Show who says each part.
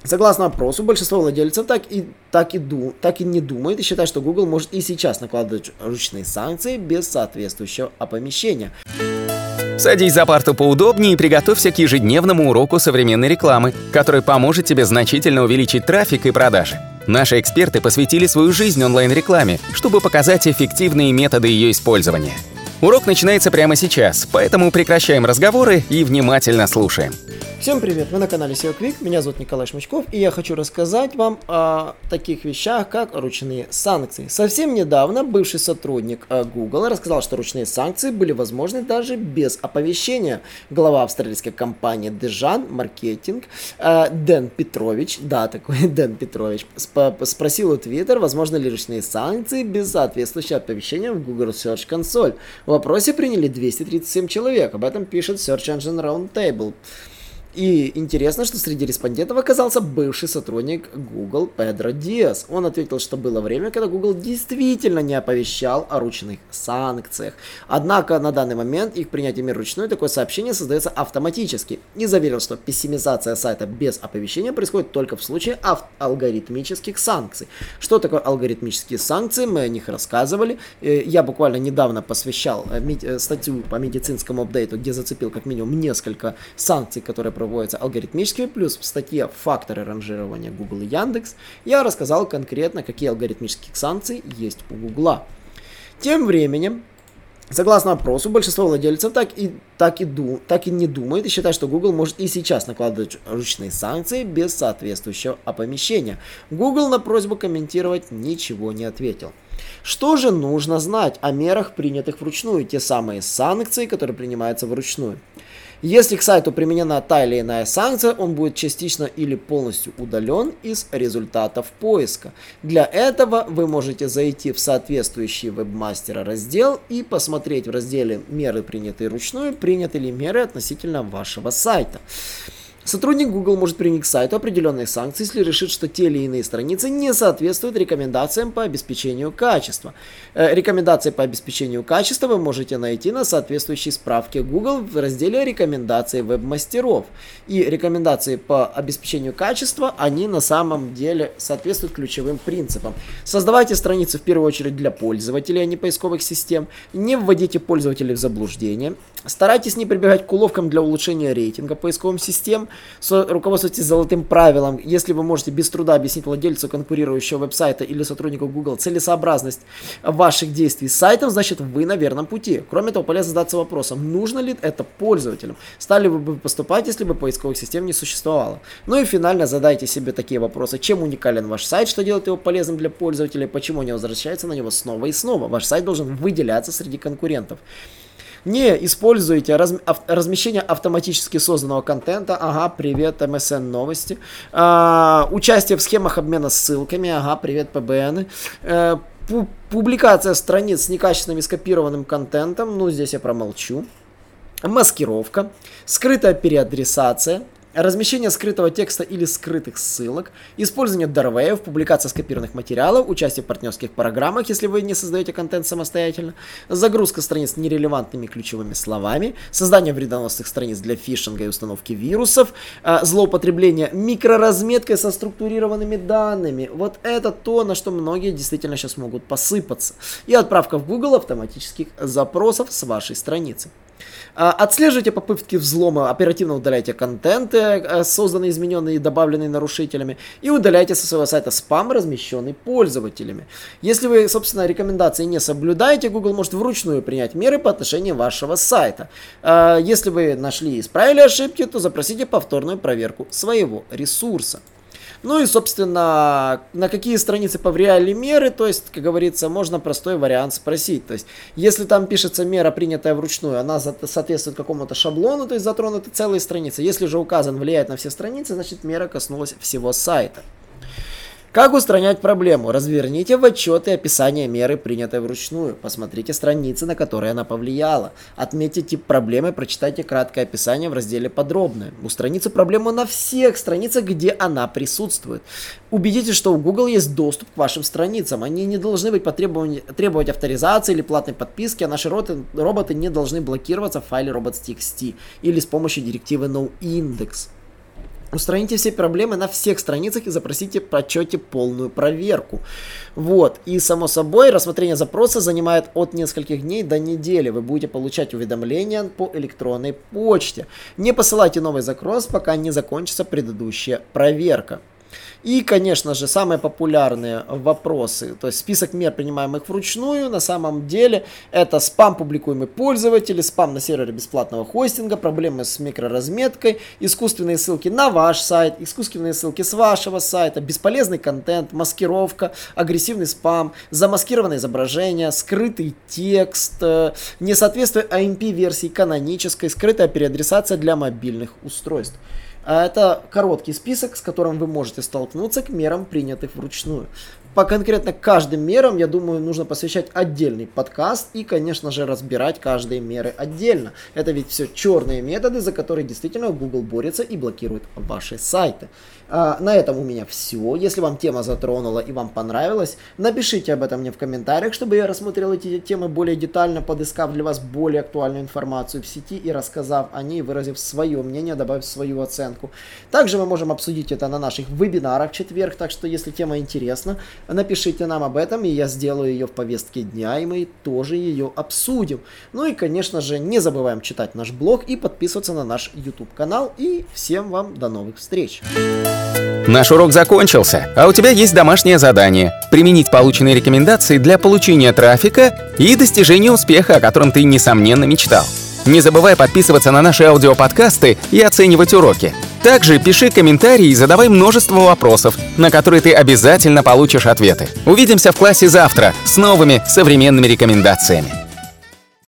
Speaker 1: Согласно опросу, большинство владельцев так и не думает и считает, что Google может и сейчас накладывать ручные санкции без соответствующего оповещения.
Speaker 2: Садись за парту поудобнее и приготовься к ежедневному уроку современной рекламы, который поможет тебе значительно увеличить трафик и продажи. Наши эксперты посвятили свою жизнь онлайн-рекламе, чтобы показать эффективные методы ее использования. Урок начинается прямо сейчас, поэтому прекращаем разговоры и внимательно слушаем.
Speaker 1: Всем привет, вы на канале SEO Quick, меня зовут Николай Шмычков, и я хочу рассказать вам о таких вещах, как ручные санкции. Совсем недавно бывший сотрудник Google рассказал, что ручные санкции были возможны даже без оповещения. Глава австралийской компании Dejan Marketing Дэн Петрович, Дэн Петрович, спросил у Twitter, возможны ли ручные санкции без соответствующего оповещения в Google Search Console. В вопросе приняли 237 человек, об этом пишет Search Engine Roundtable. И интересно, что среди респондентов оказался бывший сотрудник Google Педро Диас. Он ответил, что было время, когда Google действительно не оповещал о ручных санкциях. Однако на данный момент их принятие мер ручной такое сообщение создается автоматически. И заверил, что пессимизация сайта без оповещения происходит только в случае алгоритмических санкций. Что такое алгоритмические санкции? Мы о них рассказывали. Я буквально недавно посвящал статью по медицинскому апдейту, где зацепил как минимум несколько санкций, которые проводятся алгоритмически, плюс в статье «Факторы ранжирования Google и Яндекс» я рассказал конкретно, какие алгоритмические санкции есть у Google. Тем временем, согласно опросу, большинство владельцев так и не думает и считает, что Google может и сейчас накладывать ручные санкции без соответствующего оповещения. Google на просьбу комментировать ничего не ответил. Что же нужно знать о мерах, принятых вручную, те самые санкции, которые принимаются вручную? Если к сайту применена та или иная санкция, он будет частично или полностью удален из результатов поиска. Для этого вы можете зайти в соответствующий вебмастера раздел и посмотреть в разделе «Меры, принятые вручную», приняты ли меры относительно вашего сайта. Сотрудник Google может принять к сайту определенные санкции, если решит, что те или иные страницы не соответствуют рекомендациям по обеспечению качества. Рекомендации по обеспечению качества вы можете найти на соответствующей справке Google в разделе «Рекомендации веб-мастеров». И рекомендации по обеспечению качества, они на самом деле соответствуют ключевым принципам. Создавайте страницы в первую очередь для пользователей, а не поисковых систем. Не вводите пользователей в заблуждение. Старайтесь не прибегать к уловкам для улучшения рейтинга поисковым систем. Руководствуйтесь золотым правилом. Если вы можете без труда объяснить владельцу конкурирующего веб-сайта или сотруднику Google целесообразность ваших действий с сайтом, значит вы на верном пути. Кроме того, полезно задаться вопросом, нужно ли это пользователям. Стали бы вы поступать, если бы поисковых систем не существовало. Ну и финально задайте себе такие вопросы. Чем уникален ваш сайт, что делает его полезным для пользователей, почему не возвращается на него снова и снова. Ваш сайт должен выделяться среди конкурентов. Не используйте размещение автоматически созданного контента. Ага, привет, MSN новости. Участие в схемах обмена ссылками. Ага, привет, ПБН. Публикация страниц с некачественным и скопированным контентом. Ну, здесь я промолчу. Маскировка. Скрытая переадресация. Размещение скрытого текста или скрытых ссылок, использование дарвеев, публикация скопированных материалов, участие в партнерских программах, если вы не создаете контент самостоятельно, загрузка страниц нерелевантными ключевыми словами, создание вредоносных страниц для фишинга и установки вирусов, злоупотребление микроразметкой со структурированными данными. Вот это то, на что многие действительно сейчас могут посыпаться. И отправка в Google автоматических запросов с вашей страницы. Отслеживайте попытки взлома, оперативно удаляйте контенты, созданные, измененные и добавленные нарушителями, и удаляйте со своего сайта спам, размещенный пользователями. Если вы, собственно, рекомендации не соблюдаете, Google может вручную принять меры по отношению вашего сайта. Если вы нашли и исправили ошибки, то запросите повторную проверку своего ресурса. Ну и, собственно, на какие страницы повлияли меры, то есть, как говорится, можно простой вариант спросить. То есть, если там пишется мера, принятая вручную, она соответствует какому-то шаблону, то есть затронуты целые страницы. Если же указан влияет на все страницы, значит мера коснулась всего сайта. Как устранять проблему? Разверните в отчеты описание меры, принятой вручную. Посмотрите страницы, на которые она повлияла. Отметьте тип проблемы, прочитайте краткое описание в разделе «Подробное». Устраните проблему на всех страницах, где она присутствует. Убедитесь, что у Google есть доступ к вашим страницам. Они не должны быть требовать авторизации или платной подписки, а наши роботы не должны блокироваться в файле robots.txt или с помощью директивы noindex. Устраните все проблемы на всех страницах и запросите в отчете полную проверку. Вот. И, само собой, рассмотрение запроса занимает от нескольких дней до недели. Вы будете получать уведомления по электронной почте. Не посылайте новый запрос, пока не закончится предыдущая проверка. И, конечно же, самые популярные вопросы, то есть список мер, принимаемых вручную, на самом деле это спам, публикуемый пользователи, спам на сервере бесплатного хостинга, проблемы с микроразметкой, искусственные ссылки на ваш сайт, искусственные ссылки с вашего сайта, бесполезный контент, маскировка, агрессивный спам, замаскированное изображение, скрытый текст, несоответствие AMP-версии канонической, скрытая переадресация для мобильных устройств. Это короткий список, с которым вы можете столкнуться к мерам, принятых вручную. По конкретно каждым мерам, я думаю, нужно посвящать отдельный подкаст и, конечно же, разбирать каждые меры отдельно. Это ведь все черные методы, за которые действительно Google борется и блокирует ваши сайты. На этом у меня все. Если вам тема затронула и вам понравилось, напишите об этом мне в комментариях, чтобы я рассмотрел эти темы более детально, подыскав для вас более актуальную информацию в сети и рассказав о ней, выразив свое мнение, добавив свою оценку. Также мы можем обсудить это на наших вебинарах в четверг, так что если тема интересна, напишите нам об этом, и я сделаю ее в повестке дня, и мы тоже ее обсудим. Ну и, конечно же, не забываем читать наш блог и подписываться на наш YouTube-канал. И всем вам до новых встреч!
Speaker 2: Наш урок закончился, а у тебя есть домашнее задание – применить полученные рекомендации для получения трафика и достижения успеха, о котором ты, несомненно, мечтал. Не забывай подписываться на наши аудиоподкасты и оценивать уроки. Также пиши комментарии и задавай множество вопросов, на которые ты обязательно получишь ответы. Увидимся в классе завтра с новыми современными рекомендациями.